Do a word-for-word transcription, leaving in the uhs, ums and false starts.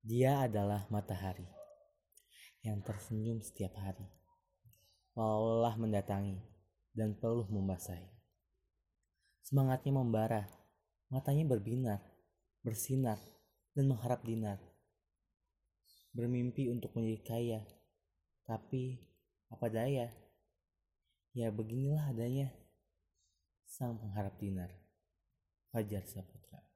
Dia adalah matahari yang tersenyum setiap hari, walau lelah mendatangi dan peluh membasahi. Semangatnya membara, matanya berbinar, bersinar, dan mengharap dinar. Bermimpi untuk menjadi kaya, tapi apa daya? Ya beginilah adanya sang pengharap dinar. Fajar Saputra.